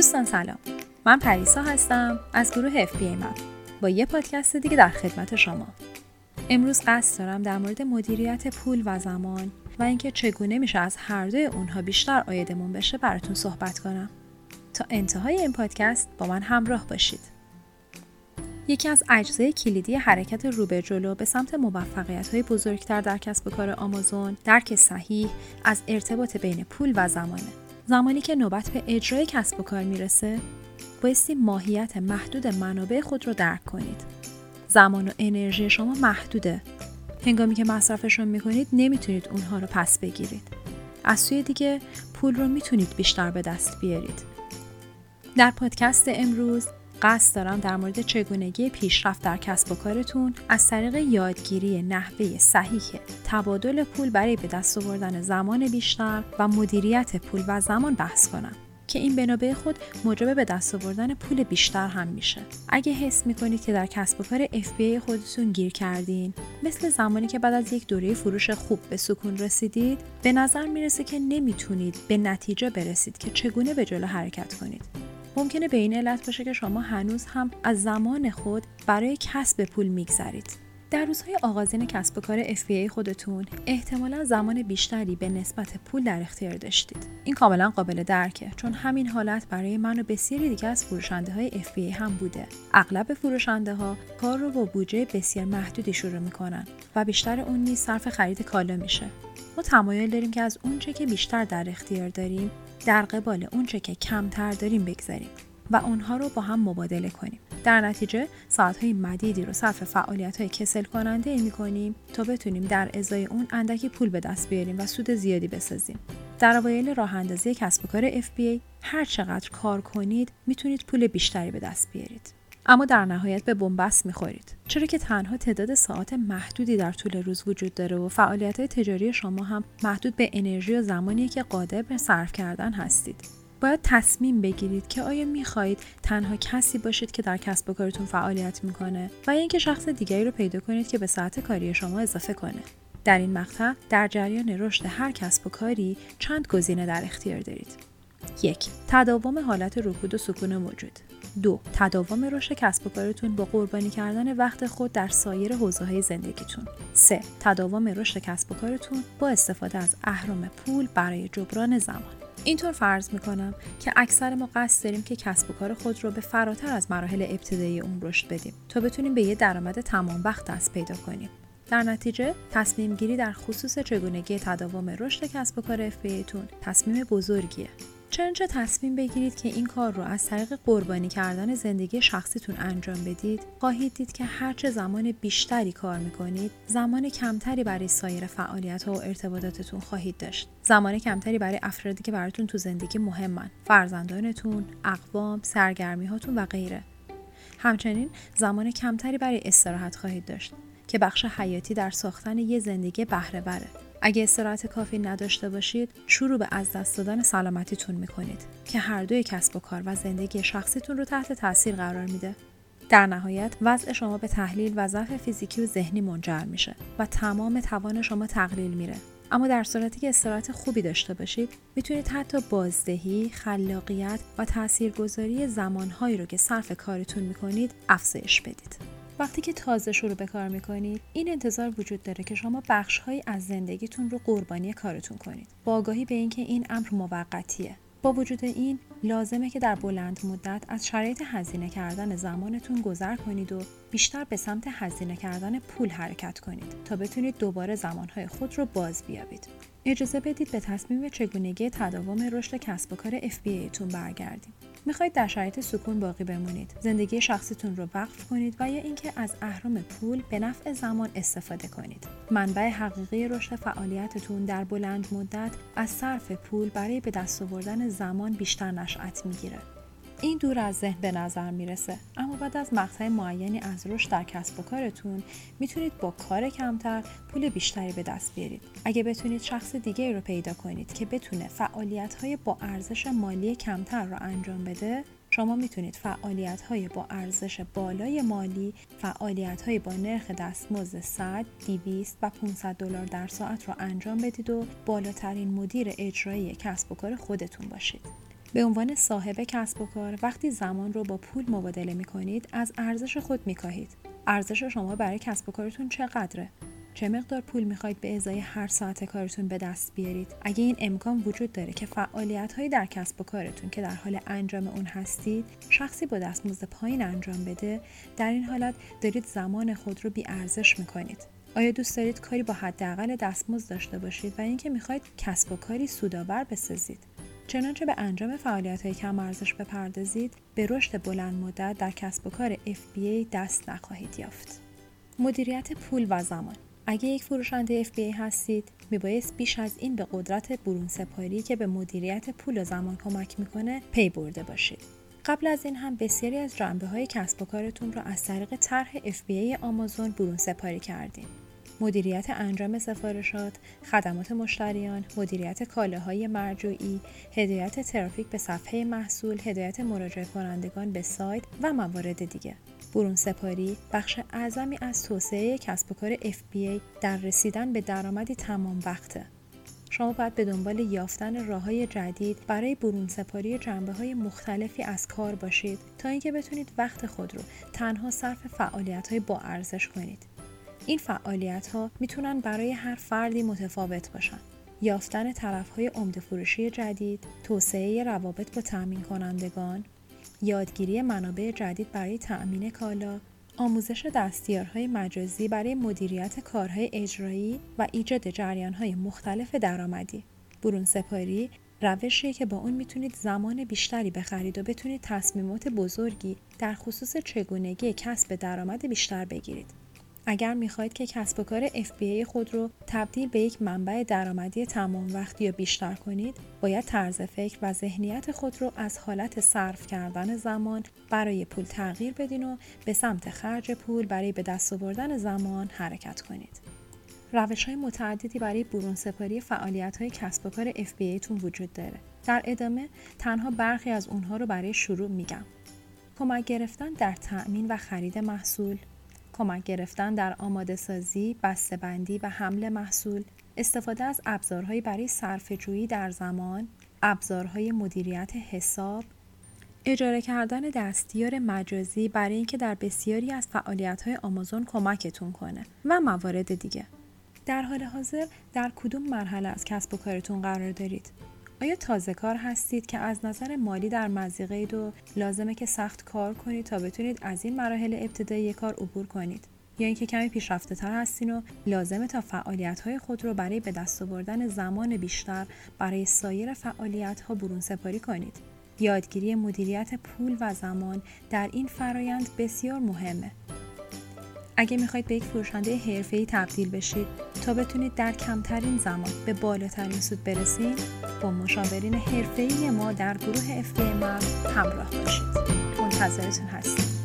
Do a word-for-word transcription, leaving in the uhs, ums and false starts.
دوستان سلام، من پریسا هستم از گروه اف بی ای مپ با یه پادکست دیگه در خدمت شما. امروز قصد دارم در مورد مدیریت پول و زمان و اینکه چگونه میشه از هر دوی اونها بیشتر عایدمون بشه براتون صحبت کنم. تا انتهای این پادکست با من همراه باشید. یکی از اجزای کلیدی حرکت رو به جلو به سمت موفقیت‌های بزرگتر در کسب و کار آمازون، درک صحیح از ارتباط بین پول و زمانه. زمانی که نوبت به اجرای کسب و کار میرسه، بایستی ماهیت محدود منابع خود رو درک کنید. زمان و انرژی شما محدوده. هنگامی که مصرفشون میکنید نمیتونید اونها رو پس بگیرید. از سوی دیگه پول رو میتونید بیشتر به دست بیارید. در پادکست امروز قصد دارم در مورد چگونگی پیشرفت در کسب و کارتون از طریق یادگیری نحوه صحیح تبادل پول برای به دست آوردن زمان بیشتر و مدیریت پول و زمان بحث کنم که این بنابه خود موجب به دست آوردن پول بیشتر هم میشه. اگه حس میکنید که در کسب و کار اف بی ای خودتون گیر کردین، مثل زمانی که بعد از یک دوره فروش خوب به سکون رسیدید، به نظر میرسه که نمیتونید به نتیجه برسید که چگونه به جلو حرکت کنید. ممکنه به این علت باشه که شما هنوز هم از زمان خود برای کسب پول میگذرید. در روزهای آغازین کسب و کار اف بی ای خودتون احتمالاً زمان بیشتری به نسبت پول در اختیار داشتید. این کاملا قابل درکه، چون همین حالت برای من و بسیاری دیگه از فروشنده های اف بی ای هم بوده. اغلب فروشنده ها کار رو با بودجه بسیار محدودی شروع میکنن و بیشتر اون نیز صرف خرید کالا میشه. ما تمایل داریم که از اونچه که بیشتر در اختیار داریم در قبال اونچه که کمتر داریم بگذاریم و اونها رو با هم مبادله کنیم. در نتیجه ساعت‌های مدیدی رو صرف فعالیت‌های کسل کننده می‌کنیم تا بتونیم در ازای اون اندکی پول به دست بیاریم و سود زیادی بسازیم. در اوایل راه اندازی کسب و کار اف بی ای هر چقدر کار کنید میتونید پول بیشتری به دست بیارید. اما در نهایت به بنبست می‌خورید. چرا که تنها تعداد ساعات محدودی در طول روز وجود داره و فعالیت‌های تجاری شما هم محدود به انرژی و زمانیه که قادر به صرف کردن هستید. باید تصمیم بگیرید که آیا میخواهید تنها کسی باشید که در کسب و کارتون فعالیت میکنه و یا اینکه شخص دیگری رو پیدا کنید که به ساعت کاری شما اضافه کنه. در این مقطع در جریان رشد هر کسب و کاری چند گزینه در اختیار دارید. یک، تداوم حالت رکود و سکون موجود. دو، تداوم رشد کسب و کارتون با قربانی کردن وقت خود در سایر حوزه‌های زندگیتون. سه، تداوم رشد کسب و کارتون با استفاده از اهرم پول برای جبران زمان. اینطور فرض میکنم که اکثر ما قصد داریم که کسب و کار خود رو به فراتر از مراحل ابتدایی اون رشد بدیم تا بتونیم به یه درآمد تمام وقت دست پیدا کنیم. در نتیجه تصمیم گیری در خصوص چگونگی تداوم رشد کسب و کار اف بی ای تون تصمیم بزرگیه. چنانچه تصمیم بگیرید که این کار رو از طریق قربانی کردن زندگی شخصیتون انجام بدید، خواهید دید که هرچه زمان بیشتری کار میکنید، زمان کمتری برای سایر فعالیت‌ها و ارتباطاتتون خواهید داشت. زمان کمتری برای افرادی که براتون تو زندگی مهمن، فرزندانتون، اقوام، سرگرمی‌هاتون و غیره. همچنین زمان کمتری برای استراحت خواهید داشت که بخش حیاتی در ساختن یه زندگی بهره بره. اگه استراحت کافی نداشته باشید، شروع به از دست دادن سلامتیتون میکنید که هر دوی کسب و کار و زندگی شخصیتون رو تحت تاثیر قرار میده. در نهایت وضع شما به تحلیل و ضعف فیزیکی و ذهنی منجر میشه و تمام توان شما تقلیل میره. اما در صورتی که استراحت خوبی داشته باشید، میتونید حتی بازدهی، خلاقیت و تاثیرگذاری زمانهایی رو که صرف کارتون میکنید افزایش بدید. وقتی که تازه شروع به کار میکنید، این انتظار وجود داره که شما بخش‌هایی از زندگیتون رو قربانی کارتون کنید، با آگاهی به اینکه این امر موقتیه. با وجود این، لازمه که در بلند مدت از شرایط هزینه کردن زمانتون گذر کنید و بیشتر به سمت هزینه کردن پول حرکت کنید تا بتونید دوباره زمانهای خود رو باز بیابید. اجازه بدید به تصمیم چگونگی تداوم رشد کسب و کار اف بی ای تون برگردیم. میخواید در شرایط سکون باقی بمونید، زندگی شخصیتون رو وقف کنید و یا اینکه از اهرم پول به نفع زمان استفاده کنید. منبع حقیقی رشد فعالیتتون در بلند مدت از صرف پول برای به دست آوردن زمان بیشتر نشأت میگیره. این دور از ذهن به نظر میرسه، اما بعد از مقطع معینی از رشد در کسب و کارتون میتونید با کار کمتر پول بیشتری به دست بیارید. اگه بتونید شخص دیگه رو پیدا کنید که بتونه فعالیت‌های با ارزش مالی کمتر رو انجام بده، شما میتونید فعالیت‌های با ارزش بالای مالی، فعالیت‌های با نرخ دستمزد صد، دویست و پانصد دلار در ساعت رو انجام بدید و بالاترین مدیر اجرایی کسب و کار خودتون باشید. به عنوان صاحب کسب و کار وقتی زمان رو با پول مبادله می‌کنید، از ارزش خود می‌کاهید. ارزش شما برای کسب و کارتون چقدره؟ چه مقدار پول میخواید به ازای هر ساعت کارتون به دست بیارید؟ اگه این امکان وجود داره که فعالیت‌هایی در کسب و کارتون که در حال انجام اون هستید، شخصی با دستمزد پایین انجام بده، در این حالت دارید زمان خود رو بی ارزش میکنید. آیا دوست دارید کاری با حداقل دستمزد داشته باشید و اینکه میخواید کسب و کاری سودآور بسازید؟ چنانچه به انجام فعالیت‌های کم ارزش بپردازید، به رشد بلند مدت در کسب و کار اف بی ای دست نخواهید یافت. مدیریت پول و زمان. اگه یک فروشنده اف بی ای هستید، میبایست بیش از این به قدرت برون سپاری که به مدیریت پول و زمان کمک میکنه پی برده باشید. قبل از این هم بسیاری از جنبه‌های کسب و کارتون رو از طریق طرح اف بی ای آمازون برون سپاری کردین. مدیریت انجام سفارشات، خدمات مشتریان، مدیریت کالاهای مرجوعی، هدایت ترافیک به صفحه محصول، هدایت مراجعه کنندگان به سایت و موارد دیگه. برون سپاری بخش اعظمی از توسعه کسب و کار اف بی ای در رسیدن به درآمدی تمام وقته. شما باید به دنبال یافتن راه‌های جدید برای برون سپاری جنبه‌های مختلفی از کار باشید تا اینکه بتونید وقت خود رو تنها صرف فعالیت‌های با ارزش کنید. این فعالیت‌ها میتونن برای هر فردی متفاوت باشن. یافتن طرف‌های عمده فروشی جدید، توسعه روابط با تامین کنندگان، یادگیری منابع جدید برای تأمین کالا، آموزش دستیارهای مجازی برای مدیریت کارهای اجرایی و ایجاد جریان‌های مختلف درآمدی. برون سپاری روشیه که با اون میتونید زمان بیشتری بخرید و بتونید تصمیمات بزرگی در خصوص چگونگی کسب درآمد بیشتر بگیرید. اگر میخواید که کسب و کار اف بی ای خود رو تبدیل به یک منبع درآمدی تمام وقت یا بیشتر کنید، باید طرز فکر و ذهنیت خود رو از حالت صرف کردن زمان برای پول تغییر بدین و به سمت خرج پول برای به دست آوردن زمان حرکت کنید. روش‌های متعددی برای برون سپاری فعالیت‌های کسب و کار اف بی ای تون وجود داره. در ادامه تنها برخی از اونها رو برای شروع میگم. کمک گرفتن در تأمین و خرید محصول، کمک گرفتن در آماده سازی، بسته‌بندی و حمل محصول، استفاده از ابزارهایی برای صرفه‌جویی در زمان، ابزارهای مدیریت حساب، اجاره کردن دستیار مجازی برای اینکه در بسیاری از فعالیت‌های آمازون کمکتون کنه و موارد دیگه. در حال حاضر در کدوم مرحله از کسب و کارتون قرار دارید؟ آیا تازه کار هستید که از نظر مالی در مضیقه‌اید و لازمه که سخت کار کنید تا بتونید از این مراحل ابتدایی کار عبور کنید؟ یا اینکه کمی پیشرفته تر هستین و لازمه تا فعالیت‌های خود رو برای به دست آوردن زمان بیشتر برای سایر فعالیت‌ها برون سپاری کنید؟ یادگیری مدیریت پول و زمان در این فرایند بسیار مهمه. اگه میخواید به یک فروشنده حرفه‌ای تبدیل بشید تا بتونید در کمترین زمان به بالاترین سود برسید، با مشاورین حرفه‌ای ما در گروه اف بی ای مپ همراه باشید. منتظرتون هستیم.